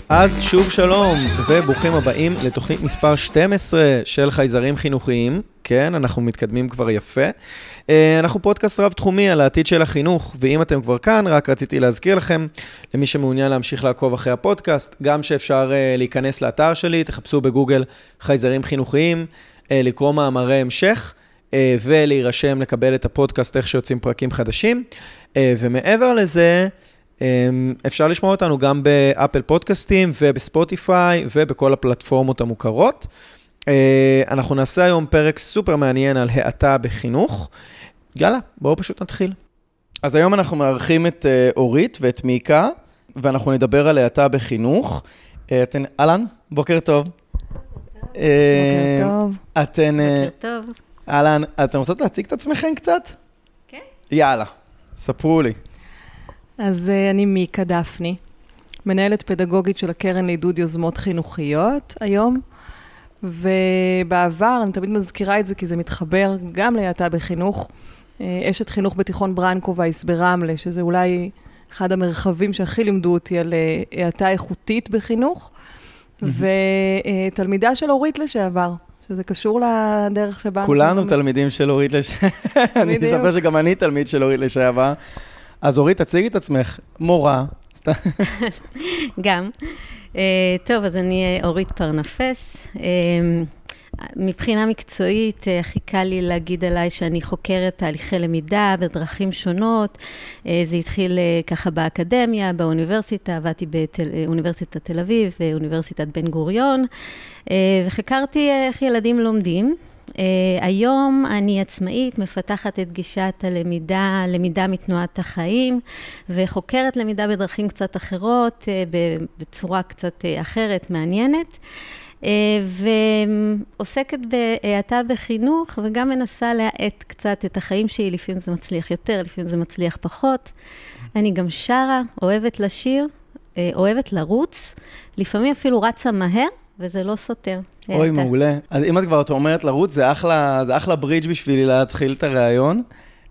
אז שוב שלום וברוכים הבאים לתוכנית מספר 12 של חייזרים חינוכיים. כן, אנחנו מתקדמים כבר יפה. אנחנו פודקאסט רב תחומי על העתיד של החינוך, ואם אתם כבר כאן, רק רציתי להזכיר לכם, למי שמעוניין להמשיך לעקוב אחרי הפודקאסט, גם שאפשר להיכנס לאתר שלי, תחפשו בגוגל חייזרים חינוכיים, לקרוא מאמרי המשך, ולהירשם לקבל את הפודקאסט איך שיוצאים פרקים חדשים. ומעבר לזה, אפשר לשמוע אותנו גם באפל פודקאסטים ובספוטיפיי ובכל הפלטפורמות המוכרות. אנחנו נעשה היום פרק סופר מעניין על האטה בחינוך. יאללה, בואו פשוט נתחיל. אז היום אנחנו מארחים את אורית ואת מיקה, ואנחנו נדבר על האטה בחינוך. אלן, בוקר טוב. בוקר טוב. בוקר טוב. אלן, אתם רוצות להציג את עצמכם קצת? כן. יאללה, ספרו לי. אז אני מיקה דפני, מנהלת פדגוגית של הקרן לעידוד יוזמות חינוכיות היום, ובעבר, אני תמיד מזכירה את זה כי זה מתחבר גם להאטה בחינוך, אשת חינוך בתיכון ברנקו וייס ברמלה, שזה אולי אחד המרחבים שהכי לימדו אותי על האטה איכותית בחינוך, ותלמידה של אורית לשעבר, שזה קשור לדרך שבה... כולנו תלמידים של אורית לשעבר, אני אספר שגם אני תלמיד של אורית לשעבר. אז אורית, תציגי את עצמך, מורה. גם. טוב, אז אני אורית פרנפס. מבחינה מקצועית, הכי קל לי להגיד עליי שאני חוקרת תהליכי למידה בדרכים שונות. זה התחיל ככה באקדמיה, באוניברסיטה, עבדתי באוניברסיטת תל אביב, ואוניברסיטת בן גוריון, וחקרתי איך ילדים לומדים. היום אני עצמאית, מפתחת את גישת הלמידה, למידה מתנועת החיים, וחוקרת למידה בדרכים קצת אחרות, בצורה קצת אחרת, מעניינת, ועוסקת בהאטה בחינוך, וגם מנסה להאט קצת את החיים שלי, לפעמים זה מצליח יותר, לפעמים זה מצליח פחות. אני גם שרה, אוהבת לשיר, אוהבת לרוץ, לפעמים אפילו רצה מהר, וזה לא סותר. אוי, מעולה. אז אם את כבר אומרת לרוץ, זה אחלה ברידג' בשבילי להתחיל את הרעיון.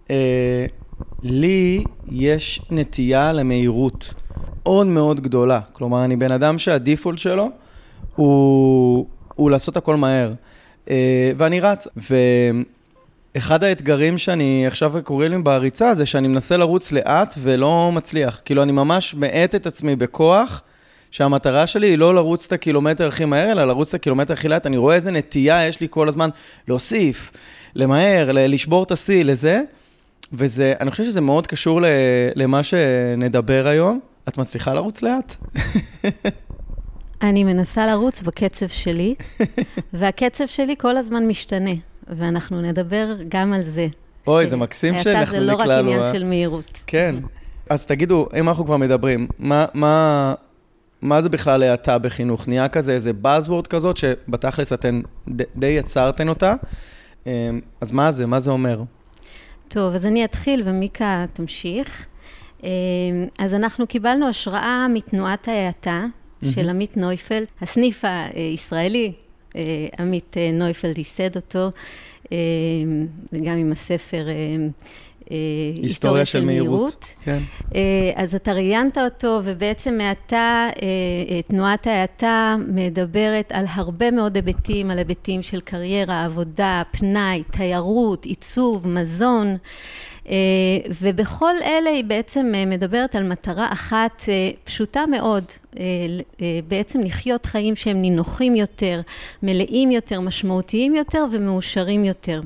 לי יש נטייה למהירות מאוד מאוד גדולה. כלומר, אני בן אדם שהדיפולט שלו הוא לעשות הכל מהר. ואני רץ. ואחד האתגרים שאני עכשיו קורא לי בריצה, זה שאני מנסה לרוץ לאט ולא מצליח. כאילו, אני ממש מאט את עצמי בכוח, שהמטרה שלי היא לא לרוץ את הקילומטר הכי מהר, אלא לרוץ את הקילומטר הכי לאט. אני רואה איזה נטייה יש לי כל הזמן להוסיף, למהר, לשבור את השיא לזה, וזה, אני חושב שזה מאוד קשור למה שנדבר היום. את מצליחה לרוץ לאט? אני מנסה לרוץ בקצב שלי, והקצב שלי כל הזמן משתנה, ואנחנו נדבר גם על זה. אוי, זה מקסים שאנחנו נקלענו. זה לא רק עניין של מהירות. כן. אז תגידו, אם אנחנו כבר מדברים, מה זה בכלל האטה בחינוך? נהיה כזה איזה buzzword כזאת שבתכלס אתן די יצרתן אותה. אז מה זה? מה זה אומר? טוב, אז אני אתחיל ומיקה תמשיך. אז אנחנו קיבלנו השראה מתנועת ההאטה של עמית נויפלד, הסניף הישראלי, עמית נויפלד ייסד אותו, וגם עם הספר היסטוריה של מהירות. כן. אז אתה ראיינת אותו, ובעצם תנועת ההאטה מדברת על הרבה מאוד היבטים, על היבטים של קריירה, עבודה, פנאי, תיירות, עיצוב, מזון, ובכל אלה היא בעצם מדברת על מטרה אחת פשוטה מאוד, בעצם לחיות חיים שהם נינוחים יותר, מלאים יותר, משמעותיים יותר ומאושרים יותר.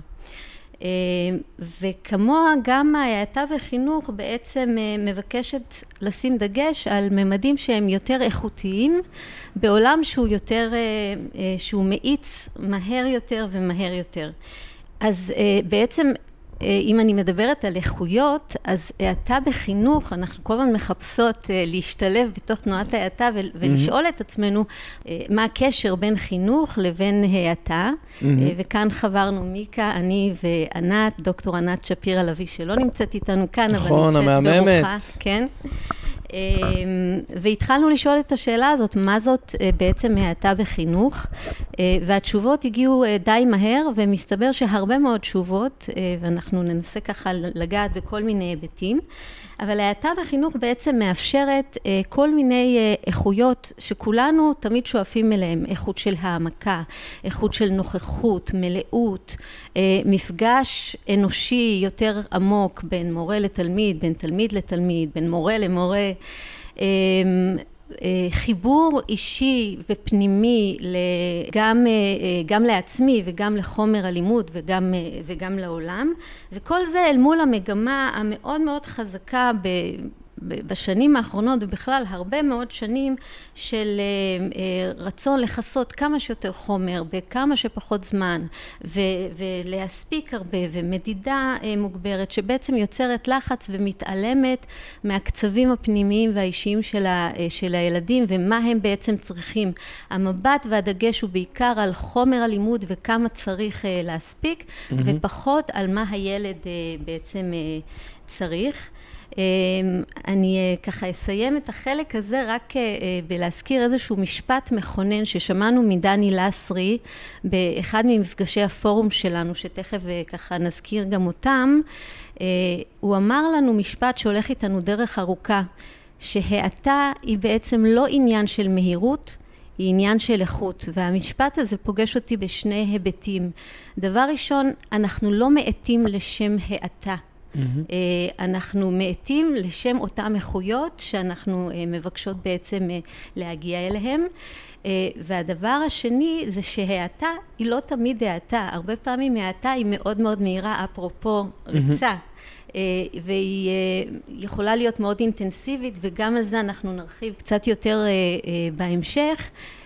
וכמוה גם ההאטה בחינוך בעצם מבקשת לשים דגש על ממדים שהם יותר איכותיים, בעולם שהוא מאיץ מהר יותר ומהר יותר. אז בעצם אם אני מדברת על איכויות, אז האטה בחינוך, אנחנו כל הזמן מחפשות להשתלב בתוך תנועת ההאטה ולשאול את עצמנו מה הקשר בין חינוך לבין האטה. וכאן חברנו מיקה, אני וענת, דוקטור ענת שפירא לביא, שלא נמצאת איתנו כאן, נכון, אבל נמצאת המהממת. ברוחה. כן. והתחלנו לשאול את השאלה הזאת, מה זאת בעצם האטה בחינוך, והתשובות הגיעו די מהר, ומסתבר שהרבה מאוד תשובות, ואנחנו ננסה ככה לגעת בכל מיני היבטים, אבל ההאטה בחינוך בעצם מאפשרת כל מיני איכויות שכולנו תמיד שואפים אליהם, איכות של העמקה, איכות של נוכחות, מלאות, מפגש אנושי יותר עמוק בין מורה לתלמיד, בין תלמיד לתלמיד, בין מורה למורה, חיבור אישי ופנימי גם לעצמי וגם לחומר הלימוד וגם לעולם, וכל זה אל מול המגמה המאוד מאוד חזקה בשנים האחרונות ובכלל הרבה מאוד שנים של רצון לחסות כמה שיותר חומר בכמה שפחות זמן ולהספיק הרבה ומדידה מוגברת שבעצם יוצרת לחץ ומתעלמת מהקצבים הפנימיים והאישיים של הילדים ומה הם בעצם צריכים. המבט והדגש הוא בעיקר על חומר הלימוד וכמה צריך להספיק ופחות על מה הילד בעצם צריך. אני ככה אסיים את החלק הזה רק בלהזכיר איזשהו משפט מכונן ששמענו מדני לסרי באחד ממפגשי הפורום שלנו, שתכף ככה נזכיר גם אותם. הוא אמר לנו משפט שהולך איתנו דרך ארוכה, שהאטה היא בעצם לא עניין של מהירות, היא עניין של איכות, והמשפט הזה פוגש אותי בשני היבטים. דבר ראשון, אנחנו לא מאטים לשם האטה. אנחנו מאטים לשם אותם איכויות שאנחנו מבקשות בעצם להגיע אליהם. והדבר השני זה שהאטה היא לא תמיד האטה, הרבה פעמים האטה היא מאוד מאוד מהירה, אפרופו ריצה, והיא יכולה להיות מאוד אינטנסיבית, וגם על זה אנחנו נרחיב קצת יותר בהמשך.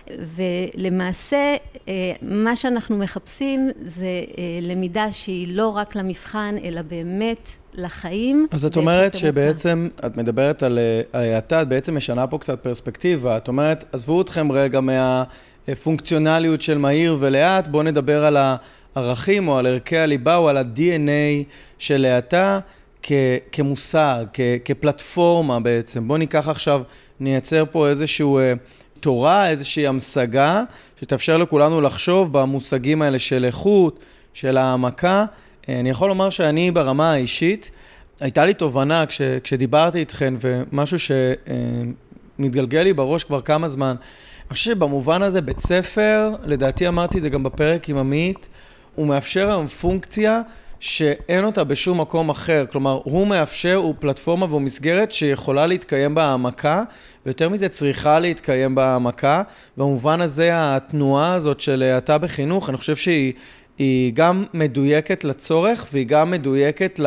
ולמעשה מה שאנחנו מחפשים זה למידה שהיא לא רק למבחן אלא באמת לחיים. אז את אומרת שבעצם את מדברת על ההאטה, את בעצם משנה פה קצת פרספקטיבה. את אומרת, עזבו אתכם רגע מהפונקציונליות של מהיר ולאט, בואו נדבר על הערכים או על ערכי הליבה או על ה-DNA של ההאטה כמושג, כפלטפורמה בעצם. בואו ניקח עכשיו, נייצר פה איזשהו תורה, איזושהי המשגה, שתאפשר לכולנו לחשוב במושגים האלה של איכות, של העמקה. אני יכול לומר שאני ברמה האישית, הייתה לי תובנה כשדיברתי איתכן, ומשהו שמתגלגל לי בראש כבר כמה זמן. אני חושב שבמובן הזה בית ספר, לדעתי אמרתי את זה גם בפרק עם עמית, הוא מאפשר היום פונקציה שאין אותה בשום מקום אחר. כלומר, הוא מאפשר, הוא פלטפורמה והוא מסגרת שיכולה להתקיים בהעמקה, ויותר מזה צריכה להתקיים בהעמקה. במובן הזה, התנועה הזאת של האטה בחינוך, אני חושב שהיא גם מדויקת לצורך, והיא גם מדויקת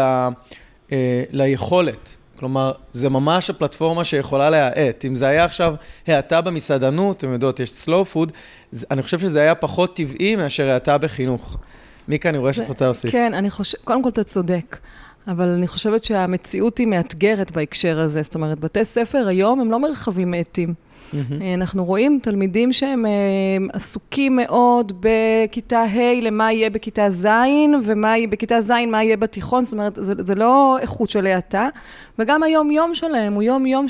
ליכולת. כלומר, זה ממש הפלטפורמה שיכולה להאט. אם זה היה עכשיו האטה במסעדנות, אתם יודעות, יש slow food, אני חושב שזה היה פחות טבעי מאשר האטה בחינוך. מיקה, אני רואה שאת רוצה להוסיף. כן, קודם כל אתה צודק, אבל אני חושבת שהמציאות היא מאתגרת בהקשר הזה. זאת אומרת, בתי ספר היום הם לא מרחבים מאטים. אנחנו רואים תלמידים שהם עסוקים מאוד בכיתה ה' למה יהיה בכיתה ז', ומה יהיה בכיתה ז', מה יהיה בתיכון. זאת אומרת, זה לא איכות של האטה, וגם היום-יום שלהם הוא יום-יום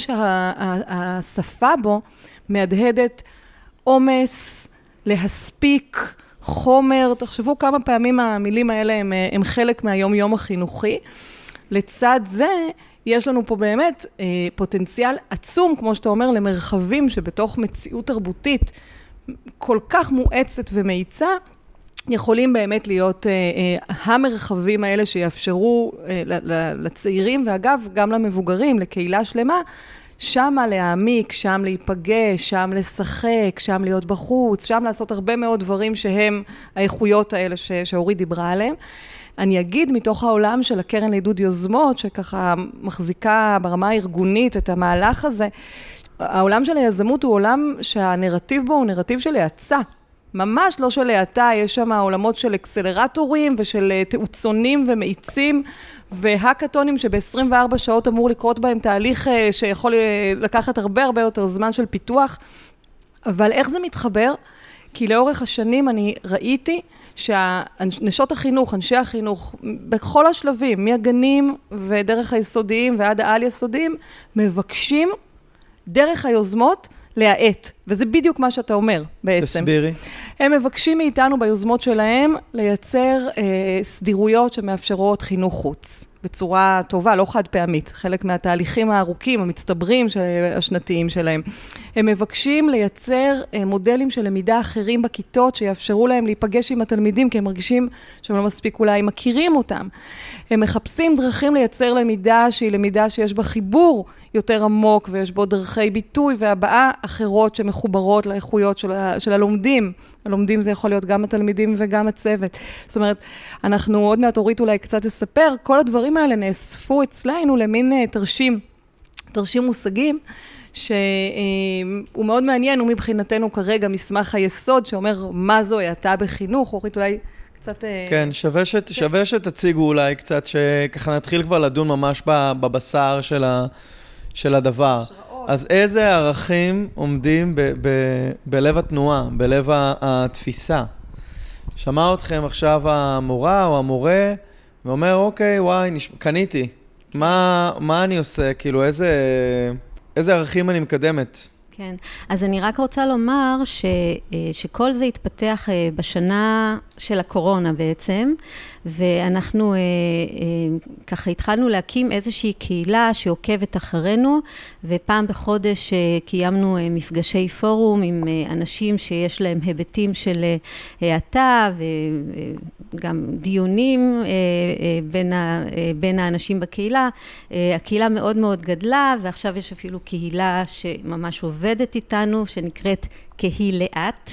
שהשפה בו מהדהדת עומס, להספיק, חומר. תחשבו כמה פעמים המילים האלה הם חלק מהיום-יום החינוכי. לצד זה, יש לנו פה באמת פוטנציאל עצום, כמו שאתה אומר, למרחבים שבתוך מציאות תרבותית כל כך מואצת ומאיצה, יכולים באמת להיות המרחבים האלה שיאפשרו לצעירים, ואגב, גם למבוגרים, לקהילה שלמה, שמה להעמיק, שם להיפגש, שם לשחק, שם להיות בחוץ, שם לעשות הרבה מאוד דברים שהם האיכויות האלה שאורי דיברה עליהם. אני אגיד מתוך העולם של הקרן לעידוד יוזמות, שככה מחזיקה ברמה הארגונית את המהלך הזה, העולם של היזמות הוא עולם שהנרטיב בו הוא נרטיב של האצה. ממש לא של האטה, יש שם עולמות של אקסלרטורים ושל תאוצונים ומאיצים, והקטונים שב-24 שעות אמור לקרות בהם תהליך שיכול לקחת הרבה יותר זמן של פיתוח. אבל איך זה מתחבר? כי לאורך השנים אני ראיתי שנשות החינוך, אנשי החינוך, בכל השלבים, מהגנים ודרך היסודיים ועד העל יסודיים, מבקשים דרך היוזמות להאט. וזה בדיוק מה שאתה אומר בעצם. תסבירי. הם מבקשים מאיתנו ביוזמות שלהם לייצר סדירויות שמאפשרות חינוך חוץ, בצורה טובה, לא חד פעמית, חלק מהתהליכים הארוכים, המצטברים השנתיים שלהם. הם מבקשים לייצר מודלים של למידה אחרים בכיתות, שיאפשרו להם להיפגש עם התלמידים, כי הם מרגישים שהם לא מספיק אולי מכירים אותם. הם מחפשים דרכים לייצר למידה שהיא למידה שיש בה חיבור יותר עמוק, ויש בו דרכי ביטוי והבעה אחרות שמחוברות לאיכויות של הלומדים. הלומדים זה יכול להיות גם התלמידים וגם הצוות. זאת אומרת, אנחנו עוד מעט אורית אולי קצת תספר, כל הדברים האלה נאספו אצלנו למין תרשים מושגים, שהוא מאוד מעניין, ומבחינתנו כרגע מסמך היסוד שאומר מה זו האטה בחינוך. אורית אולי קצת... כן, שווה שתציגו אולי קצת, שככה נתחיל כבר לדון ממש בבשר של הדבר. אז איזה ערכים עומדים בלב התנועה, בלב התפיסה? שמע אתכם עכשיו המורה או המורה, ואומר, אוקיי, וואי, קניתי. מה אני עושה? כאילו, איזה ערכים אני מקדמת? כן, אז אני רק רוצה לומר שכל זה התפתח בשנה של הקורונה בעצם, ואנחנו ככה התחלנו להקים איזושהי קהילה שעוקבת אחרינו, ופעם בחודש קיימנו מפגשי פורום עם אנשים שיש להם היבטים של האטה, וגם דיונים בין האנשים בקהילה. הקהילה מאוד מאוד גדלה, ועכשיו יש אפילו קהילה שממש עובדת איתנו, שנקראת קהילת.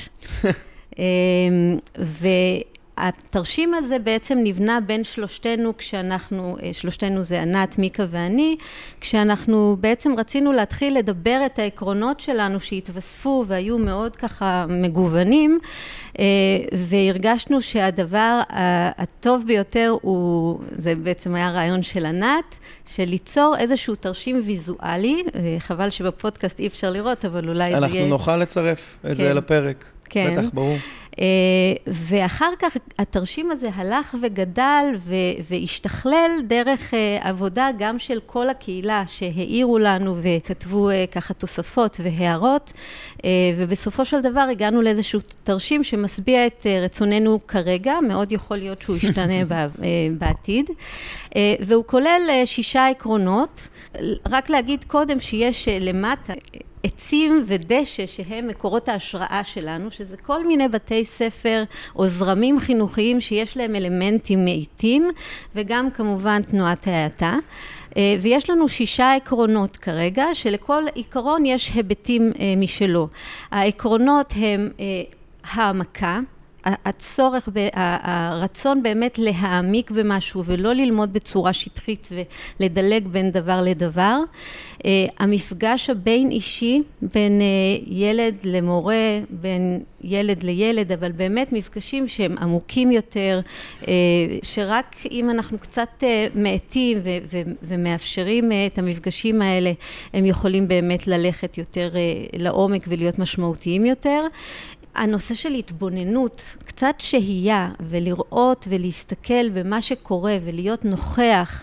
והתרשים הזה בעצם נבנה בין שלושתנו, שלושתנו זה ענת, מיקה ואני, כשאנחנו בעצם רצינו להתחיל לדבר את העקרונות שלנו שהתווספו והיו מאוד ככה מגוונים, והרגשנו שהדבר הטוב ביותר זה בעצם היה רעיון של ענת, של ליצור איזשהו תרשים ויזואלי, חבל שבפודקאסט אי אפשר לראות, אבל אולי אנחנו נוכל לצרף את זה לפרק. כן. בטח, ברור. ואחר כך התרשים הזה הלך וגדל והשתכלל דרך עבודה גם של כל הקהילה שהעירו לנו וכתבו ככה תוספות והערות, ובסופו של דבר הגענו לאיזשהו תרשים שמשביע את רצוננו כרגע, מאוד יכול להיות שהוא ישתנה בעתיד, והוא כולל 6 עקרונות. רק להגיד קודם שיש למטה עצים ודשא שהם מקורות ההשראה שלנו, שזה כל מיני בתי ספר או זרמים חינוכיים שיש להם אלמנטים מאיטים, וגם כמובן תנועת ההאטה. ויש לנו 6 עקרונות כרגע, שלכל עיקרון יש היבטים משלו. העקרונות הם העמקה, הצורך, הרצון באמת להעמיק במשהו ולא ללמוד בצורה שטחית ולדלג בין דבר לדבר. המפגש הבין אישי, בין ילד למורה, בין ילד לילד, אבל באמת מפגשים שהם עמוקים יותר, שרק אם אנחנו קצת מעטים ומאפשרים את המפגשים האלה, הם יכולים באמת ללכת יותר לעומק ולהיות משמעותיים יותר. הנושא של התבוננות, קצת שהייה ולראות ולהסתכל במה שקורה ולהיות נוכח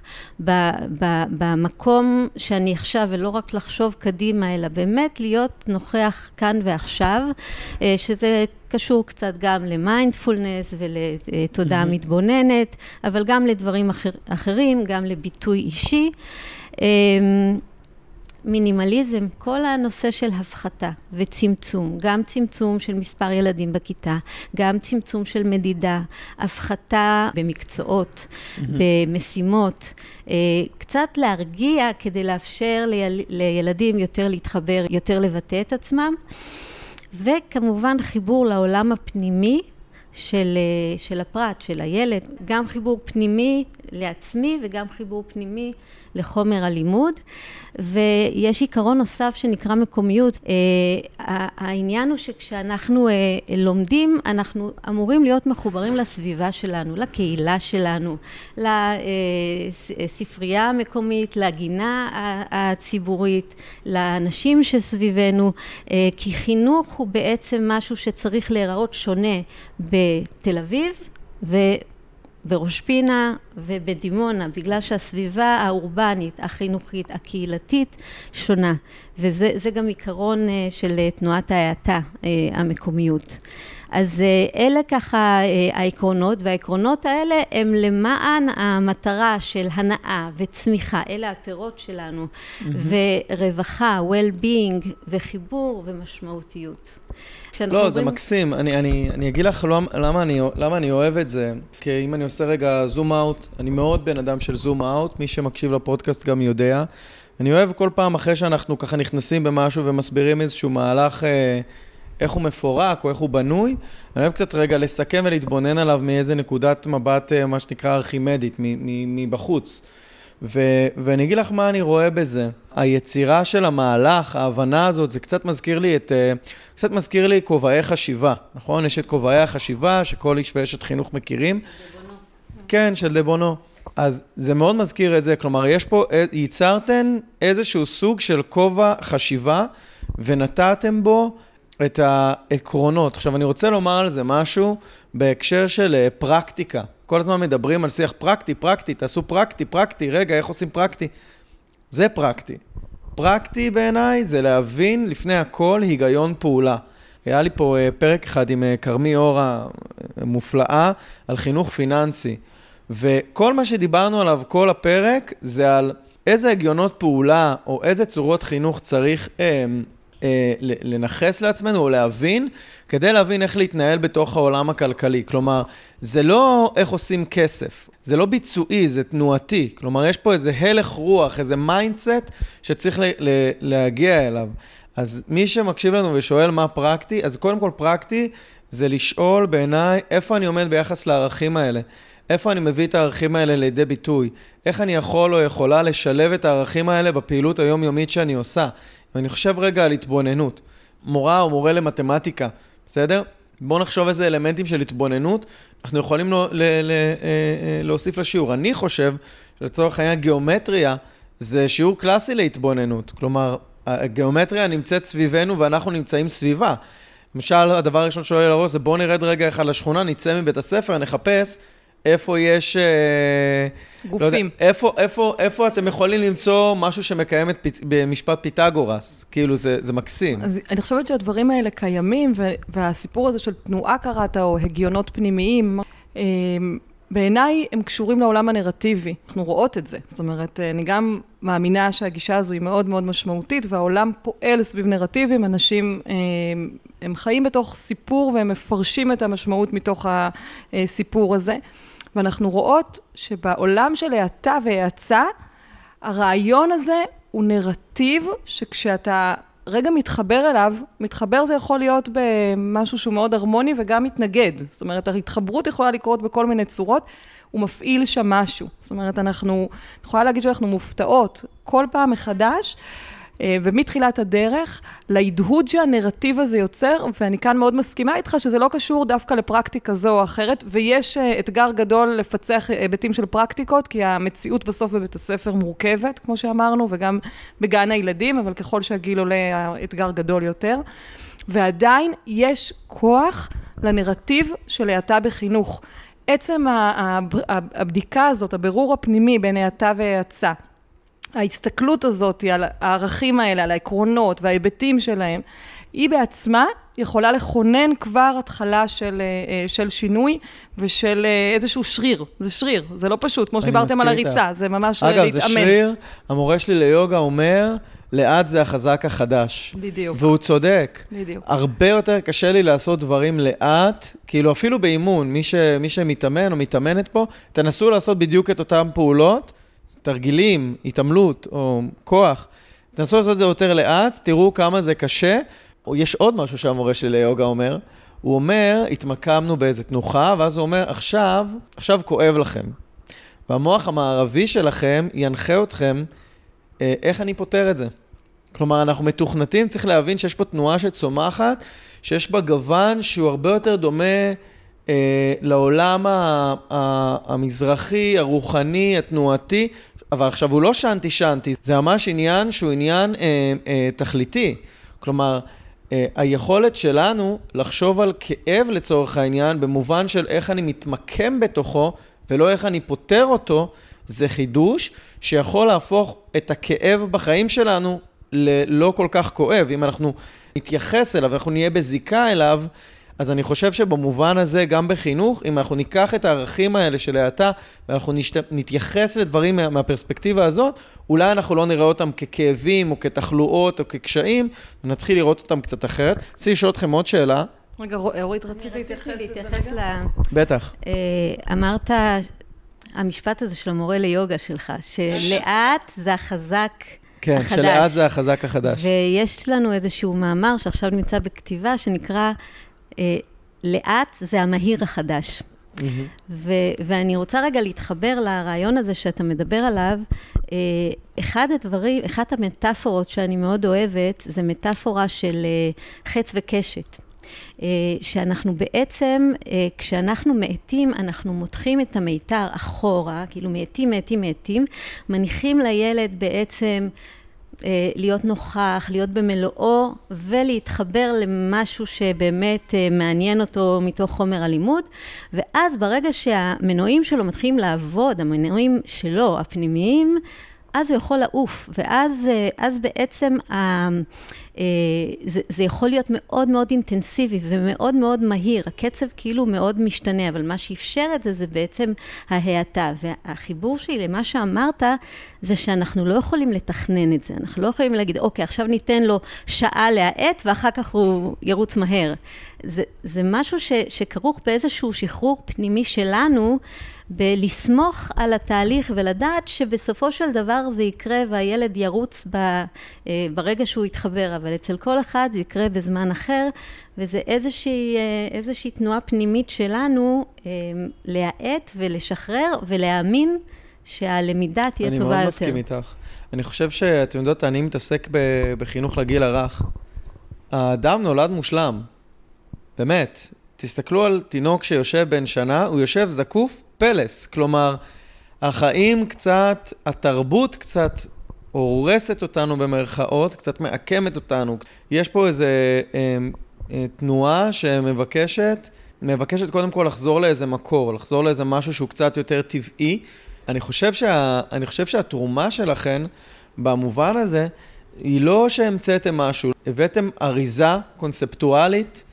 במקום שאני עכשיו, ולא רק לחשוב קדימה, אלא באמת להיות נוכח כאן ועכשיו, שזה קשור קצת גם למיינדפולנס ולתודעה מתבוננת, אבל גם לדברים אחרים, גם לביטוי אישי. מינימליזם, כל הנושא של הפחתה וצמצום, גם צמצום של מספר ילדים בכיתה, גם צמצום של מדידה, הפחתה במקצועות, במשימות, קצת להרגיע כדי לאפשר לילדים יותר להתחבר, יותר לבטא את עצמם, וכמובן חיבור לעולם הפנימי של הפרט, של הילד, גם חיבור פנימי לעצמי וגם חיבור פנימי לחומר הלימוד. ויש עיקרון נוסף שנקרא מקומיות. העניין הוא שכשאנחנו לומדים, אנחנו אמורים להיות מחוברים לסביבה שלנו, לקהילה שלנו, לספרייה המקומית, לגינה הציבורית, לאנשים שסביבנו, כי חינוך הוא בעצם משהו שצריך להיראות שונה בתל אביב בראש פינה ובדימונה, בגלל שהסביבה האורבנית, החינוכית, הקהילתית שונה. וזה גם עיקרון של תנועת ההאטה, המקומיות. אז אלה ככה העקרונות, והעקרונות האלה הם למען המטרה של הנאה וצמיחה, אלה הפירות שלנו, ורווחה, well-being, וחיבור ומשמעותיות. לא, זה מקסים. אני אגיד לך למה אני אוהב את זה. כי אם אני עושה רגע זום אאוט, אני מאוד בן אדם של זום אאוט, מי שמקשיב לפודקאסט גם יודע. אני אוהב כל פעם אחרי שאנחנו ככה נכנסים במשהו ומסבירים איזשהו מהלך, איך הוא מפורק או איך הוא בנוי. אני אוהב קצת רגע לסכם ולהתבונן עליו מאיזה נקודת מבט, מה שנקרא ארכימדית, מבחוץ. ואני אגיד לך מה אני רואה בזה. היצירה של המהלך, ההבנה הזאת, זה קצת מזכיר לי כובעי חשיבה, נכון? יש את כובעי החשיבה שכל איש ואשת חינוך מכירים. דבונו. כן, של דבונו. אז זה מאוד מזכיר את זה, כלומר, ייצרתם איזשהו סוג של כובע חשיבה, ונתתם בו את העקרונות. עכשיו, אני רוצה לומר על זה משהו בהקשר של פרקטיקה. כל הזמן מדברים על שיח פרקטי, תעשו פרקטי, רגע, איך עושים פרקטי? זה פרקטי. פרקטי בעיניי זה להבין לפני הכל היגיון פעולה. היה לי פה פרק אחד עם קרמי אורה מופלאה על חינוך פיננסי. וכל מה שדיברנו עליו כל הפרק זה על איזה הגיונות פעולה או איזה צורות חינוך צריך לנחס לעצמנו או להבין, כדי להבין איך להתנהל בתוך העולם הכלכלי. כלומר, זה לא איך עושים כסף, זה לא ביצועי, זה תנועתי. כלומר, יש פה איזה הלך רוח, איזה מיינדסט שצריך להגיע אליו. אז מי שמקשיב לנו ושואל מה פרקטי, אז קודם כל פרקטי זה לשאול בעיניי איפה אני עומד ביחס לערכים האלה. איפה אני מביא את הערכים האלה לידי ביטוי? איך אני יכול או יכולה לשלב את הערכים האלה בפעילות היומיומית שאני עושה? ואני חושב רגע על התבוננות. מורה או מורה למתמטיקה, בסדר? בואו נחשוב איזה אלמנטים של התבוננות אנחנו יכולים להוסיף לשיעור. אני חושב שלצורך העניין גיאומטריה זה שיעור קלאסי להתבוננות. כלומר, הגיאומטריה נמצאת סביבנו ואנחנו נמצאים סביבה. למשל, הדבר הראשון שעולה לראש זה בואו נרד רגע אחד לשכונה, נצא מבית הספר, נחפש איפה יש גופים. לא יודע, איפה אתם יכולים למצוא משהו שמקיים במשפט פיתגורס? כאילו זה מקסים. אז אני חושבת שהדברים האלה קיימים, והסיפור הזה של תנועה קראת או הגיונות פנימיים, בעיניי הם קשורים לעולם הנרטיבי. אנחנו רואות את זה. זאת אומרת, אני גם מאמינה שהגישה הזו היא מאוד מאוד משמעותית, והעולם פועל סביב נרטיבים. אנשים, הם חיים בתוך סיפור, והם מפרשים את המשמעות מתוך הסיפור הזה. ואנחנו רואות שבעולם של האטה והאצה, הרעיון הזה הוא נרטיב שכשאתה רגע מתחבר אליו, מתחבר זה יכול להיות במשהו שהוא מאוד הרמוני וגם מתנגד. זאת אומרת, ההתחברות יכולה לקרות בכל מיני צורות, הוא מפעיל שם משהו. זאת אומרת, אני יכולה להגיד שאנחנו מופתעות כל פעם מחדש, ומתחילת הדרך, להדהוד שהנרטיב הזה יוצר, ואני כאן מאוד מסכימה איתך שזה לא קשור דווקא לפרקטיקה זו או אחרת, ויש אתגר גדול לפצח היבטים של פרקטיקות, כי המציאות בסוף בבית הספר מורכבת, כמו שאמרנו, וגם בגן הילדים, אבל ככל שהגיל עולה, האתגר גדול יותר. ועדיין יש כוח לנרטיב של האטה בחינוך. עצם הבדיקה הזאת, הבירור הפנימי בין האטה והאצה, ההסתכלות הזאת על הערכים האלה, על העקרונות וההיבטים שלהם, היא בעצמה יכולה לכונן כבר התחלה של שינוי ושל איזשהו שריר. זה שריר, זה לא פשוט, כמו שדיברתם על הריצה, זה ממש להתאמן. אגב, זה שריר, המורה שלי ליוגה אומר, לאט זה החזק החדש. בדיוק. והוא צודק. בדיוק. הרבה יותר קשה לי לעשות דברים לאט, כאילו אפילו באימון, מי שמתאמן או מתאמנת פה, תנסו לעשות בדיוק את אותם פעולות, תרגילים, התעמלות או כוח, תנסו לעשות את זה יותר לאט, תראו כמה זה קשה. או יש עוד משהו שהמורה של יוגה אומר, הוא אומר, התמקמנו באיזה תנוחה, ואז הוא אומר, עכשיו כואב לכם. והמוח המערבי שלכם ינחה אתכם איך אני פותר את זה. כלומר, אנחנו מתוכנתים, צריך להבין שיש פה תנועה שצומחת, שיש בה גוון שהוא הרבה יותר דומה לעולם המזרחי, הרוחני, התנועתי, אבל עכשיו הוא לא שנתי, זה ממש עניין שהוא עניין תכליתי. כלומר, היכולת שלנו לחשוב על כאב לצורך העניין, במובן של איך אני מתמקם בתוכו, ולא איך אני פותר אותו, זה חידוש שיכול להפוך את הכאב בחיים שלנו ללא כל כך כואב. אם אנחנו נתייחס אליו, אנחנו נהיה בזיקה אליו, אז אני חושב שבמובן הזה, גם בחינוך, אם אנחנו ניקח את הערכים האלה של האטה, ואנחנו נתייחס לדברים מהפרספקטיבה הזאת, אולי אנחנו לא נראה אותם ככאבים, או כתחלואות, או כקשיים, ונתחיל לראות אותם קצת אחרת. רוצה לשאול אתכם עוד שאלה. רגע, אורית, רציתי להתייחס לזה? בטח. אמרת, המשפט הזה של המורה ליוגה שלך, שלאט זה החזק כן, החדש. שלאט זה החזק החדש. ויש לנו איזשהו מאמר שעכשיו נמצא בכתיבה, שנקרא לאט זה המהיר החדש. ואני רוצה רגע להתחבר לרעיון הזה שאתה מדבר עליו. אחת המטאפורות שאני מאוד אוהבת, זה מטאפורה של חץ וקשת. שאנחנו בעצם, כשאנחנו מאטים, אנחנו מותחים את המיתר אחורה, כאילו מאטים, מניחים לילד בעצם להיות נוכח, להיות במלואו, ולהתחבר למשהו שבאמת מעניין אותו מתוך חומר הלימוד, ואז ברגע שהמנועים שלו מתחילים לעבוד, המנועים שלו, הפנימיים, אז הוא יכול לעוף, ואז בעצם זה יכול להיות מאוד מאוד אינטנסיבי ומאוד מאוד מהיר. הקצב כאילו מאוד משתנה, אבל מה שאפשר את זה בעצם ההאטה. והחיבור שלי למה שאמרת, זה שאנחנו לא יכולים לתכנן את זה. אנחנו לא יכולים להגיד, אוקיי, עכשיו ניתן לו שעה להאט, ואחר כך הוא ירוץ מהר. זה משהו שכרוך באיזשהו שחרור פנימי שלנו, בלסמוך על התהליך ולדעת שבסופו של דבר זה יקרה והילד ירוץ ברגע שהוא יתחבר, אבל אצל כל אחד זה יקרה בזמן אחר, וזה איזושהי תנועה פנימית שלנו להאט ולשחרר ולהאמין שהלמידה תהיה טובה יותר. אני מאוד מסכים איתך. אני חושב שאתם יודעות, אני מתעסק בחינוך לגיל הרך. האדם נולד מושלם. באמת. תסתכלו על תינוק שיושב בן שנה, הוא יושב זקוף פלס. כלומר, החיים קצת, התרבות קצת הורסת אותנו במרכאות, קצת מעקמת אותנו. יש פה איזו תנועה שמבקשת קודם כל לחזור לאיזה מקור, לחזור לאיזה משהו שהוא קצת יותר טבעי. אני חושב שהתרומה שלכן במובן הזה, היא לא שהמצאתם משהו, הבאתם אריזה קונספטואלית,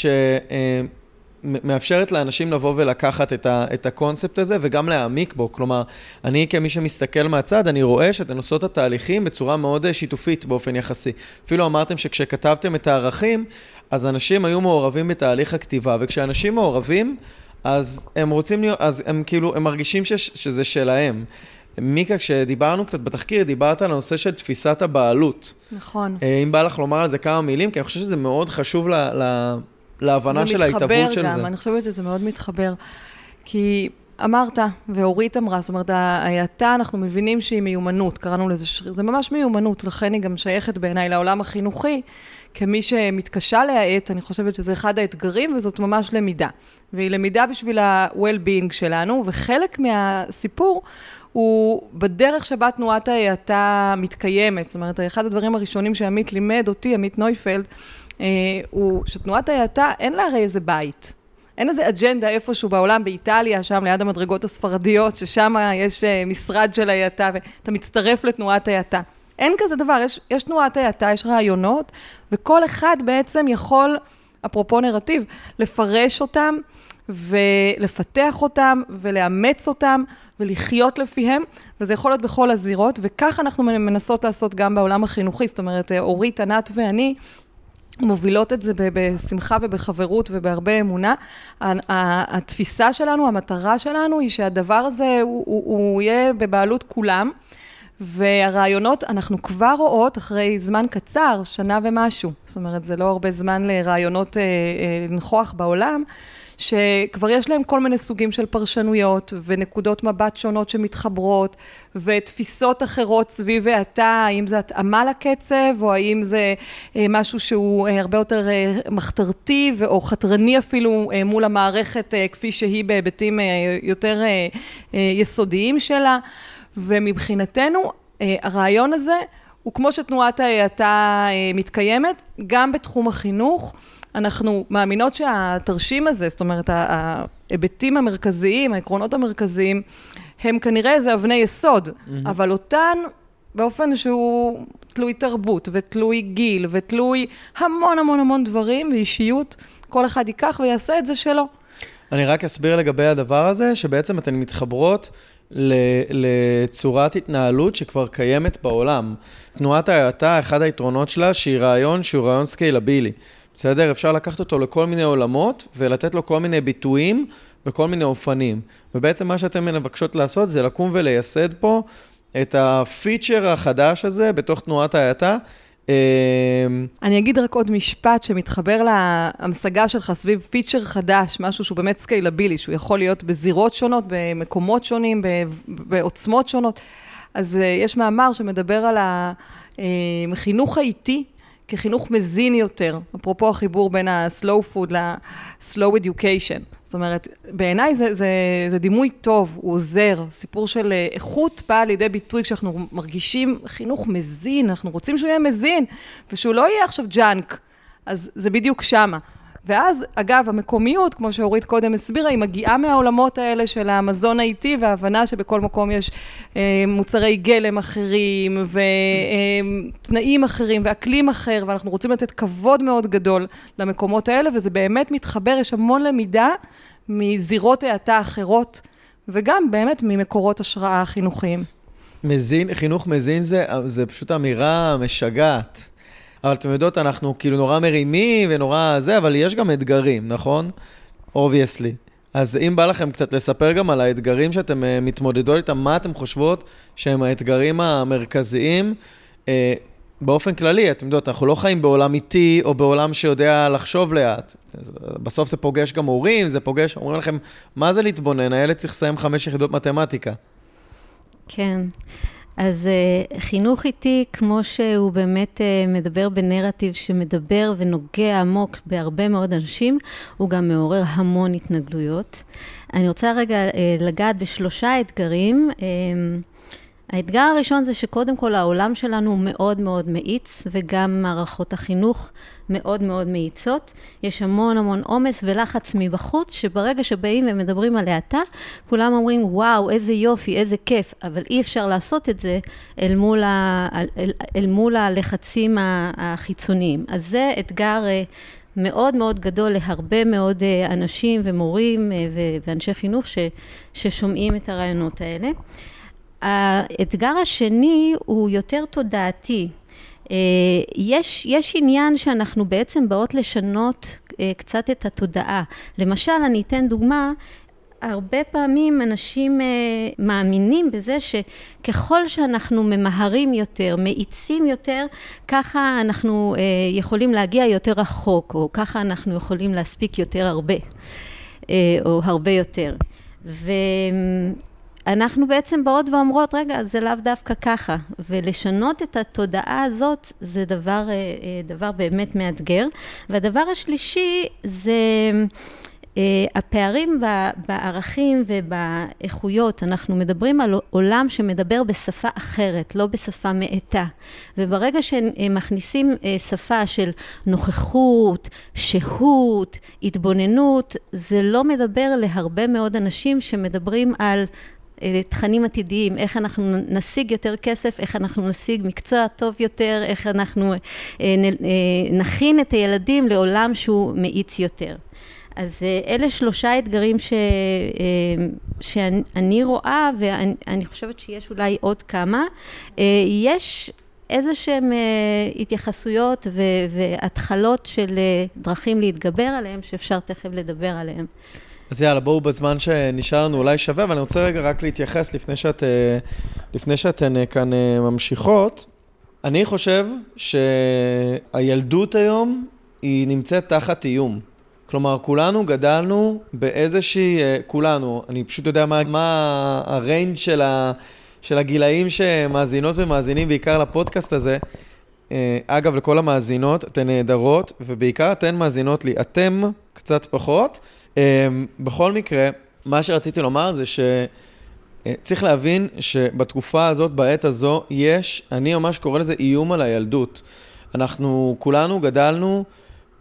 שמאפשרת לאנשים לבוא ולקחת את הקונספט הזה וגם להעמיק בו. כלומר, אני כמי שמסתכל מהצד, אני רואה שאתם עושות את התהליכים בצורה מאוד שיתופית באופן יחסי. אפילו אמרתם שכשכתבתם את הערכים, אז אנשים היו מעורבים בתהליך הכתיבה, וכשאנשים מעורבים, אז הם רוצים להיות, אז הם כאילו, הם מרגישים שזה שלהם. מיקה, כשדיברנו קצת בתחקיר, דיברת על הנושא של תפיסת הבעלות. נכון. אם בא לך לומר על זה כמה מילים, כי אני חושב שזה מאוד חשוב להבנה של ההתאבות של זה. גם, אני חושבת שזה מאוד מתחבר. כי אמרת, ואורית אמרה, זאת אומרת, ההאטה, אנחנו מבינים שהיא מיומנות, קראנו לזה זה ממש מיומנות, לכן היא גם שייכת בעיניי לעולם החינוכי, כמי שמתקשה להאט, אני חושבת שזה אחד האתגרים, וזאת ממש למידה. והיא למידה בשביל ה-well-being שלנו, וחלק מהסיפור הוא בדרך שבה תנועת ההאטה מתקיימת. זאת אומרת, אחד הדברים הראשונים שעמית לימד אותי, עמית נויפלד, הוא שתנועת ההאטה אין לה הרי איזה בית. אין איזה אג'נדה איפשהו בעולם, באיטליה, שם ליד המדרגות הספרדיות, ששם יש משרד של ההאטה, ואתה מצטרף לתנועת ההאטה. אין כזה דבר, יש תנועת ההאטה, יש רעיונות, וכל אחד בעצם יכול, אפרופו נרטיב, לפרש אותם, ולפתח אותם, ולאמץ אותם, ולחיות לפיהם, וזה יכול להיות בכל הזירות, וכך אנחנו מנסות לעשות גם בעולם החינוכי, זאת אומרת, אורית, ענת ואני, מובילות את זה בשמחה ובחברות ובהרבה אמונה. התפיסה שלנו, המטרה שלנו, היא שהדבר הזה הוא יהיה בבעלות כולם, והרעיונות, אנחנו כבר רואות אחרי זמן קצר, שנה ומשהו, זאת אומרת, זה לא הרבה זמן לרעיונות לנכוח בעולם, שכבר יש להם כל מיני סוגים של פרשנויות, ונקודות מבט שונות שמתחברות, ותפיסות אחרות סביב ההאטה, האם זה התאמה לקצב, או האם זה משהו שהוא הרבה יותר מחתרתי, או חתרני אפילו מול המערכת, כפי שהיא בהיבטים יותר יסודיים שלה, ומבחינתנו, הרעיון הזה, הוא כמו שתנועת ההאטה מתקיימת, גם בתחום החינוך, אנחנו מאמינות שהתרשים הזה, זאת אומרת, ההיבטים המרכזיים, העקרונות המרכזיים, הם כנראה איזה אבני יסוד, אבל אותן באופן שהוא תלוי תרבות ותלוי גיל ותלוי המון המון המון דברים ואישיות, כל אחד ייקח ויעשה את זה שלו. אני רק אסביר לגבי הדבר הזה, שבעצם אתן מתחברות לצורת התנהלות שכבר קיימת בעולם. תנועת ההאטה, אחד היתרונות שלה, שהיא רעיון שהוא רעיון סקיילבילי. בסדר? אפשר לקחת אותו לכל מיני עולמות ולתת לו כל מיני ביטויים בכל מיני אופנים. ובעצם מה שאתם מבקשות לעשות זה לקום ולייסד פה את הפיצ'ר החדש הזה בתוך תנועת ההאטה. אני אגיד רק עוד משפט שמתחבר להמשגה שלך סביב פיצ'ר חדש, משהו שהוא באמת סקיילבילי, שהוא יכול להיות בזירות שונות, במקומות שונים, בעוצמות שונות. אז יש מאמר שמדבר על החינוך האיטי, כחינוך מזין יותר, אפרופו החיבור בין ה-slow food ל-slow education. זאת אומרת, בעיניי זה דימוי טוב, הוא עוזר. סיפור של איכות בא לידי ביטוי כשאנחנו מרגישים חינוך מזין, אנחנו רוצים שהוא יהיה מזין, ושהוא לא יהיה עכשיו ג'אנק. אז זה בדיוק שמה. ואז, אגב, המקומיות, כמו שאורית קודם הסבירה, היא מגיעה מהעולמות האלה של המזון האיטי, וההבנה שבכל מקום יש מוצרי גלם אחרים, ותנאים אחרים, ואקלים אחר, ואנחנו רוצים לתת כבוד מאוד גדול למקומות האלה, וזה באמת מתחבר, יש המון למידה מזירות ההאטה אחרות, וגם באמת ממקורות השראה חינוכיים. חינוך מזין זה פשוט אמירה משגעת. אבל אתם יודעות, אנחנו כאילו נורא מרימים ונורא זה, אבל יש גם אתגרים, נכון? Obviously. אז אם בא לכם קצת לספר גם על האתגרים שאתם מתמודדות איתם, מה אתם חושבות שהם האתגרים המרכזיים באופן כללי? אתם יודעות, אנחנו לא חיים בעולם איטי או בעולם שיודע לחשוב לאט. בסוף זה פוגש גם הורים, זה פוגש, אומרים לכם, מה זה להתבונן? הילד צריך לסיים 5 יחידות מתמטיקה. כן. אז חינוך איתי, כמו שהוא באמת מדבר בנרטיב שמדבר ונוגע עמוק בהרבה מאוד אנשים, הוא גם מעורר המון התנגדויות. אני רוצה רגע לגעת ב3 אתגרים. האתגר הראשון זה שקודם כל העולם שלנו הוא מאוד מאוד מאיץ, וגם מערכות החינוך מאוד מאוד מאיצות. יש המון המון עומס ולחץ מבחוץ, שברגע שבאים ומדברים על האטה, כולם אומרים, וואו, איזה יופי, איזה כיף, אבל אי אפשר לעשות את זה אל מול הלחצים החיצוניים. אז זה אתגר מאוד מאוד גדול להרבה מאוד אנשים ומורים ואנשי חינוך ששומעים את הרעיונות האלה. האתגר השני הוא יותר תודעתי. יש עניין שאנחנו בעצם באות לשנות קצת את התודעה. למשל, אני אתן דוגמה, הרבה פעמים אנשים מאמינים בזה שככל שאנחנו ממהרים יותר, מאיצים יותר, ככה אנחנו יכולים להגיע יותר רחוק, או ככה אנחנו יכולים להספיק יותר הרבה, או הרבה יותר. אנחנו בעצם באות ואומרות, רגע, זה לאו דווקא ככה, ולשנות את התודעה הזאת זה דבר באמת מאתגר. והדבר השלישי זה הפערים בערכים ובאיכויות. אנחנו מדברים על עולם שמדבר בשפה אחרת, לא בשפה מעטה. וברגע שמכניסים שפה של נוכחות, שהות, התבוננות, זה לא מדבר להרבה מאוד אנשים שמדברים על תכנים עתידיים, איך אנחנו נשיג יותר כסף, איך אנחנו נשיג מקצוע טוב יותר, איך אנחנו נכין את הילדים לעולם שהוא מאיץ יותר. אז אלה 3 אתגרים שאני רואה, ואני חושבת שיש אולי עוד כמה. יש איזשהם התייחסויות והתחלות של דרכים להתגבר עליהם, שאפשר תכף לדבר עליהם. אז יאללה, בואו בזמן שנשאר לנו אולי שווה, אבל אני רוצה רגע רק להתייחס לפני שאתן כאן ממשיכות. אני חושב שהילדות היום היא נמצאת תחת איום. כלומר, כולנו גדלנו באיזושהי, כולנו, אני פשוט יודע מה הריינג' של הגילאים שמאזינות ומאזינים, בעיקר לפודקאסט הזה. אגב, לכל המאזינות, אתן נהדרות, ובעיקר אתן מאזינות לי, אתם קצת פחות. בכל מקרה, מה שרציתי לומר זה שצריך להבין שבתקופה הזאת, בעת הזו, אני ממש קורא לזה איום על הילדות. אנחנו כולנו גדלנו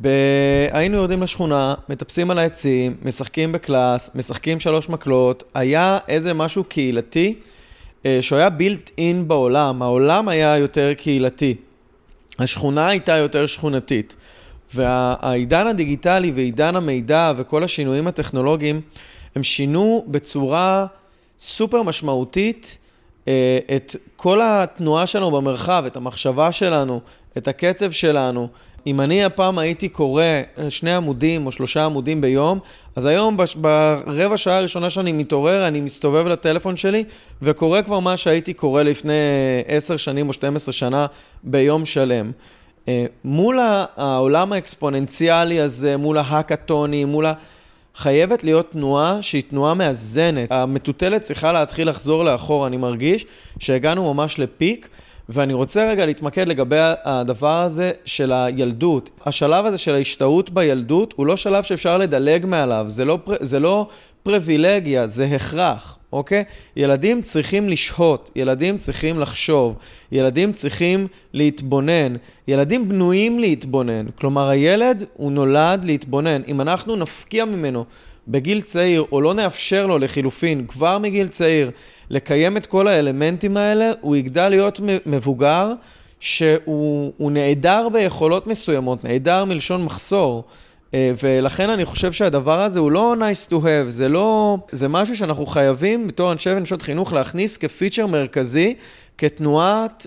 היינו יורדים לשכונה, מטפסים על העצים, משחקים בקלאס, משחקים 3 מקלות, היה איזה משהו קהילתי, שהיה built in בעולם, העולם היה יותר קהילתי, השכונה הייתה יותר שכונתית, והעידן הדיגיטלי ועידן המידע וכל השינויים הטכנולוגיים, הם שינו בצורה סופר משמעותית את כל התנועה שלנו במרחב, את המחשבה שלנו, את הקצב שלנו. אם אני הפעם הייתי קורא 2 עמודים או 3 עמודים ביום, אז היום ברבע שעה הראשונה שאני מתעורר, אני מסתובב לטלפון שלי וקורא כבר מה שהייתי קורא לפני 10 שנים או 12 שנה ביום שלם. מול העולם האקספוננציאלי הזה, מול ההקטוני, חייבת להיות תנועה שהיא תנועה מאזנת. המטוטלת צריכה להתחיל לחזור לאחור, אני מרגיש שהגענו ממש לפיק, ואני רוצה רגע להתמקד לגבי הדבר הזה של הילדות. השלב הזה של ההשתאות בילדות הוא לא שלב שאפשר לדלג מעליו, זה לא פריבילגיה, זה הכרח, אוקיי? ילדים צריכים לשהות, ילדים צריכים לחשוב, ילדים צריכים להתבונן, ילדים בנויים להתבונן, כלומר הילד הוא נולד להתבונן. אם אנחנו נפקיע ממנו בגיל צעיר, או לא נאפשר לו לחילופין כבר מגיל צעיר לקיים את כל האלמנטים האלה, הוא יגדל להיות מבוגר שהוא נעדר ביכולות מסוימות, נעדר מלשון מחסור. ולכן אני חושב שהדבר הזה הוא לא nice to have, זה משהו שאנחנו חייבים בתור אנשי ונשות חינוך להכניס כפיצ'ר מרכזי, כתנועת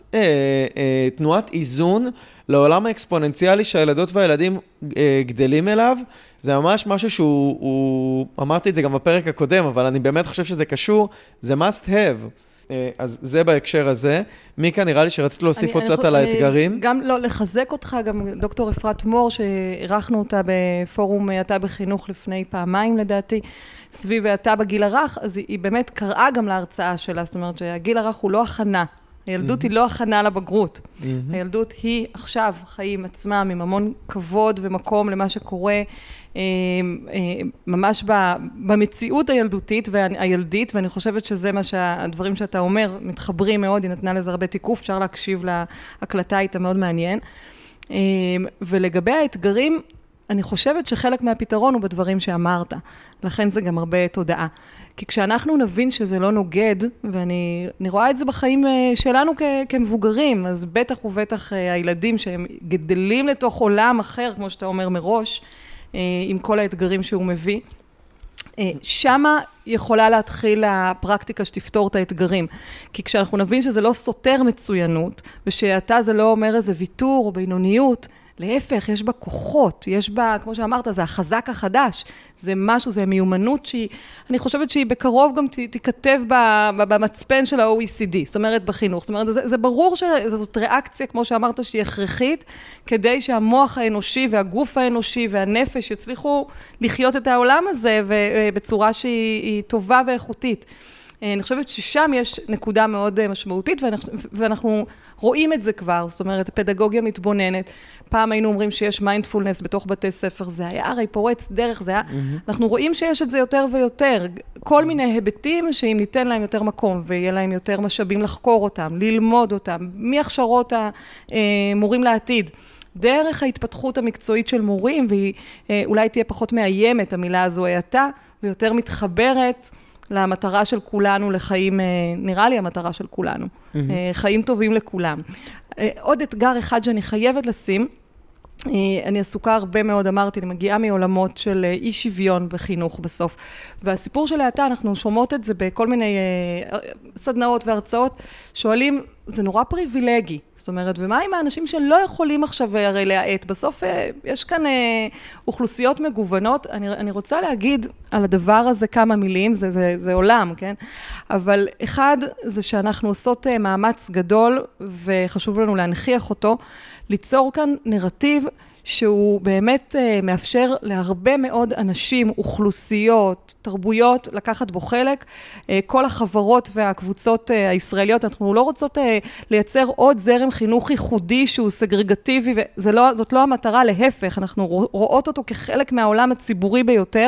איזון לעולם האקספוננציאלי שהילדות והילדים גדלים אליו. זה ממש משהו שהוא, אמרתי את זה גם בפרק הקודם, אבל אני באמת חושב שזה קשור, זה must have. אז זה בהקשר הזה. מיקה, נראה לי שרצית להוסיף עוד קצת על האתגרים. גם לא, לחזק אותך, גם דוקטור אפרת מור, שערכנו אותה בפורום אתה בחינוך לפני פעמיים לדעתי, סביב אתה בגיל הרך, אז היא באמת קראה גם להרצאה שלה, זאת אומרת שהגיל הרך הוא לא הכנה, הילדות היא לא הכנה לבגרות. הילדות היא עכשיו חיים עצמם עם המון כבוד ומקום למה שקורה ממש במציאות הילדותית והילדית, ואני חושבת שזה מה שהדברים שאתה אומר מתחברים מאוד, היא נתנה לזה הרבה תיקוף, אפשר להקשיב להקלטה, איתה מאוד מעניין. ולגבי האתגרים, אני חושבת שחלק מהפתרון הוא בדברים שאמרת, לכן זה גם הרבה תודעה. כי כשאנחנו נבין שזה לא נוגד, ואני רואה את זה בחיים שלנו כמבוגרים, אז בטח ובטח הילדים שהם גדלים לתוך עולם אחר, כמו שאתה אומר מראש, עם כל האתגרים שהוא מביא, שמה יכולה להתחיל הפרקטיקה שתפתור את האתגרים. כי כשאנחנו נבין שזה לא סותר מצוינות, ושאתה זה לא אומר איזה ויתור או בינוניות, להפך, יש בה כוחות, יש בה, כמו שאמרת, זה החזק החדש, זה משהו, זה מיומנות שהיא, אני חושבת שהיא בקרוב גם תיכתב במצפן של ה-OECD, זאת אומרת בחינוך, זאת אומרת, זה ברור שזאת ריאקציה, כמו שאמרת, שהיא הכרחית, כדי שהמוח האנושי והגוף האנושי והנפש יצליחו לחיות את העולם הזה, בצורה שהיא טובה ואיכותית. אני חושבת ששם יש נקודה מאוד משמעותית, ואנחנו רואים את זה כבר, זאת אומרת, הפדגוגיה מתבוננת. פעם היינו אומרים שיש מיינדפולנס בתוך בתי ספר, זה היה הרי פורץ דרך, זה היה, אנחנו רואים שיש את זה יותר ויותר, כל מיני היבטים שאם ניתן להם יותר מקום, ויהיה להם יותר משאבים לחקור אותם, ללמוד אותם, מהכשרות המורים לעתיד, דרך ההתפתחות המקצועית של מורים, והיא אולי תהיה פחות מאיימת, המילה הזו הייתה, ויותר מתחברת, למטרה של כולנו לחיים, נראה לי המטרה של כולנו, חיים טובים לכולם. עוד אתגר אחד שאני חייבת לשים, אני עסוקה הרבה מאוד, אמרתי, אני מגיעה מעולמות של אי שוויון בחינוך בסוף, והסיפור של העתה, אנחנו שומעות את זה בכל מיני סדנאות והרצאות, שואלים, זה נורא פריבילגי, זאת אומרת, ומה עם האנשים שלא יכולים עכשיו הרי להעט? בסוף יש כאן אוכלוסיות מגוונות, אני רוצה להגיד על הדבר הזה כמה מילים, זה עולם, כן? אבל אחד, זה שאנחנו עושות מאמץ גדול, וחשוב לנו להנחיח אותו, ליצור כאן נרטיב שהוא באמת מאפשר להרבה מאוד אנשים, אוכלוסיות, תרבויות, לקחת בו חלק. כל החברות והקבוצות הישראליות, אנחנו לא רוצות לייצר עוד זרם חינוך ייחודי שהוא סגרגטיבי, זאת לא המטרה, להפך, אנחנו רואות אותו כחלק מהעולם הציבורי ביותר,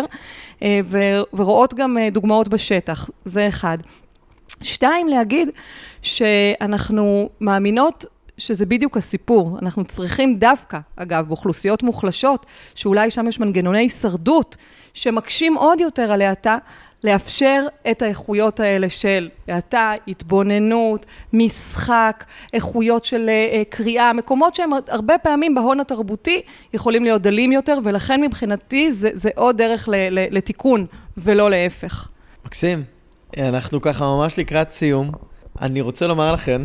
ורואות גם דוגמאות בשטח, זה אחד. 2, להגיד שאנחנו מאמינות שזה בדיוק הסיפור. אנחנו צריכים דווקא, אגב, באוכלוסיות מוחלשות, שאולי שם יש מנגנוני הישרדות, שמקשים עוד יותר על האטה, לאפשר את האיכויות האלה של האטה, התבוננות, משחק, איכויות של קריאה, מקומות שהם הרבה פעמים בהון התרבותי יכולים להיות דלים יותר, ולכן מבחינתי זה עוד דרך לתיקון ולא להפך. מקסים, אנחנו ככה ממש לקראת סיום. אני רוצה לומר לכם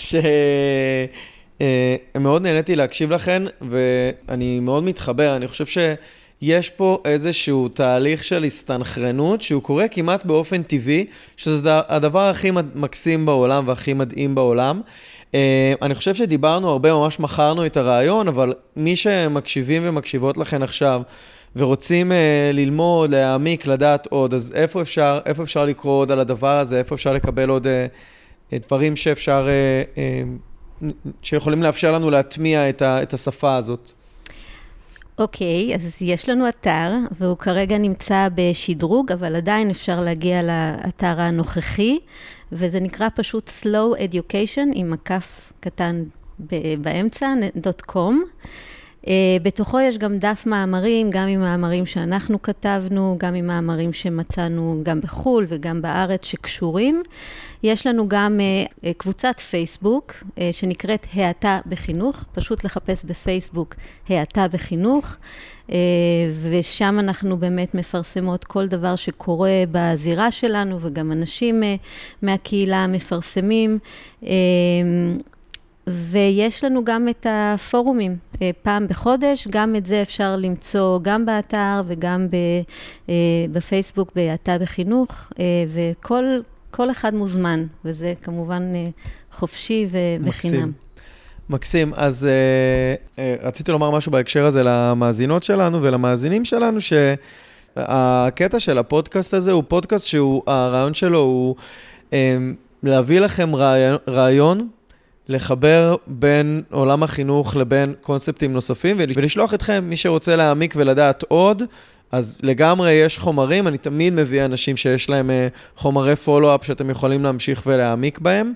שמאוד נהניתי להקשיב לכם, ואני מאוד מתחבר. אני חושב שיש פה איזשהו תהליך של הסתנכרנות, שהוא קורה כמעט באופן טבעי, שזה הדבר הכי מקסים בעולם והכי מדהים בעולם. אני חושב שדיברנו הרבה, ממש מכרנו את הרעיון, אבל מי שמקשיבים ומקשיבות לכם עכשיו, ורוצים ללמוד, להעמיק, לדעת עוד, אז איפה אפשר לקרוא עוד על הדבר הזה, איפה אפשר לקבל עוד דברים שיכולים לאפשר לנו להטמיע את השפה הזאת? אוקיי, אז יש לנו אתר, והוא כרגע נמצא בשדרוג, אבל עדיין אפשר להגיע לאתר הנוכחי, וזה נקרא פשוט Slow Education, עם מקף קטן באמצע, .com. בתוכו יש גם דף מאמרים, גם עם מאמרים שאנחנו כתבנו, גם עם מאמרים שמצאנו גם בחול וגם בארץ שקשורים. יש לנו גם קבוצת פייסבוק שנקראת האטה בחינוך, פשוט לחפש בפייסבוק האטה בחינוך, ושם אנחנו באמת מפרסמות כל דבר שקורה בזירה שלנו, וגם אנשים מהקהילה מפרסמים. ויש לנו גם את הפורומים, פעם בחודש, גם את זה אפשר למצוא גם באתר וגם בפייסבוק בהאטה בחינוך, וכל אחד מוזמן, וזה כמובן חופשי ובחינם. מקסים, אז רציתי לומר משהו בהקשר הזה למאזינות שלנו ולמאזינים שלנו, שהקטע של הפודקאסט הזה הוא פודקאסט שהרעיון שלו הוא להביא לכם רעיון, לחבר בין עולם החינוך לבין קונספטים נוספים, ולשלוח אתכם, מי שרוצה להעמיק ולדעת עוד, אז לגמרי יש חומרים, אני תמיד מביא אנשים שיש להם חומרי פולו-אפ שאתם יכולים להמשיך ולהעמיק בהם.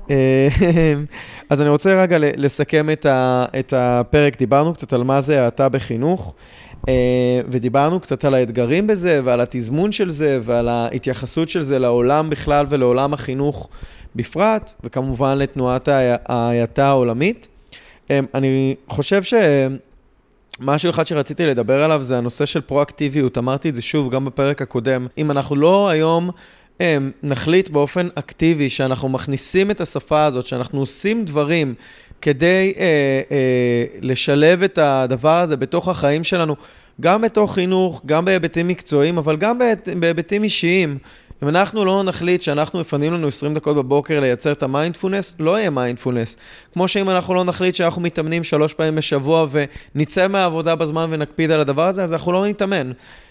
אז אני רוצה רגע לסכם את הפרק, דיברנו קצת על מה זה האטה בחינוך, ודיברנו קצת על האתגרים בזה, ועל התזמון של זה, ועל ההתייחסות של זה לעולם בכלל ולעולם החינוך בפרט, וכמובן לתנועת ההאטה העולמית. אני חושב שמשהו אחד שרציתי לדבר עליו זה הנושא של פרואקטיביות, אמרתי את זה שוב גם בפרק הקודם, אם אנחנו לא היום נחליט באופן אקטיבי שאנחנו מכניסים את השפה הזאת, שאנחנו עושים דברים כדי לשלב את הדבר הזה בתוך החיים שלנו, גם בתוך חינוך, גם בהיבטים מקצועיים, אבל גם בהיבטים אישיים. אם אנחנו לא נחליט שאנחנו מפנים לנו 20 דקות בבוקר לייצר את המיינדפולנס, לא יהיה מיינדפולנס. כמו שאם אנחנו לא נחליט שאנחנו מתאמנים 3 פעמים בשבוע ונצא מהעבודה בזמן ונקפיד על הדבר הזה, אז אנחנו לא נתאמן.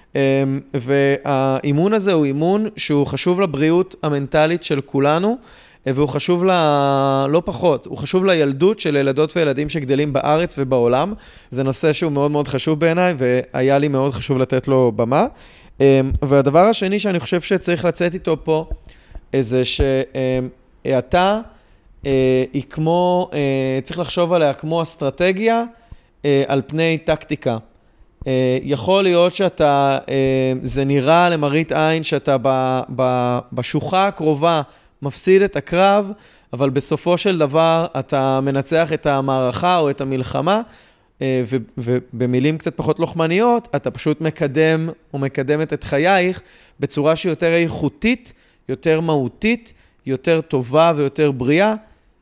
והאימון הזה הוא אימון שהוא חשוב לבריאות המנטלית של כולנו, והוא חשוב לא פחות, הוא חשוב לילדות של ילדות וילדים שגדלים בארץ ובעולם. זה נושא שהוא מאוד מאוד חשוב בעיניי, והיה לי מאוד חשוב לתת לו במה. והדבר השני שאני חושב שצריך לצאת איתו פה, זה שהאטה היא כמו, צריך לחשוב עליה כמו אסטרטגיה על פני טקטיקה. יכול להיות שאתה, זה נראה למראית עין שאתה בשוחה הקרובה מפסיד את הקרב, אבל בסופו של דבר אתה מנצח את המערכה או את המלחמה, ובמילים קצת פחות לוחמניות, אתה פשוט מקדם או מקדמת את חייך בצורה שהיא יותר איכותית, יותר מהותית, יותר טובה ויותר בריאה,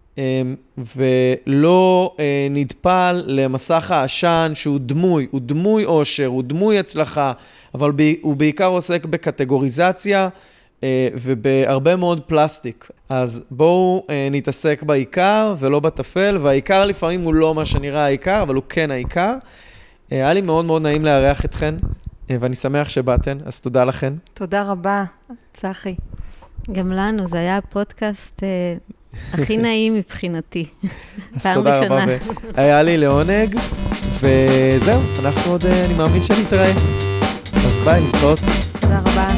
ולא נדפל למסך העשן שהוא דמוי, הוא דמוי עושר, הוא דמוי הצלחה, אבל הוא בעיקר עוסק בקטגוריזציה ובהרבה מאוד פלסטיק. אז בואו נתעסק בעיקר ולא בטפל, והעיקר לפעמים הוא לא מה שנראה העיקר, אבל הוא כן העיקר. היה לי מאוד מאוד נעים לארח אתכן, ואני שמח שבאתן, אז תודה לכן. תודה רבה, צחי. גם לנו, זה היה הפודקאסט הכי נעים מבחינתי. אז תודה רבה, היה לי לעונג, וזהו, אנחנו עוד, אני מאמין שנתראה. אז ביי, נתראות. תודה רבה.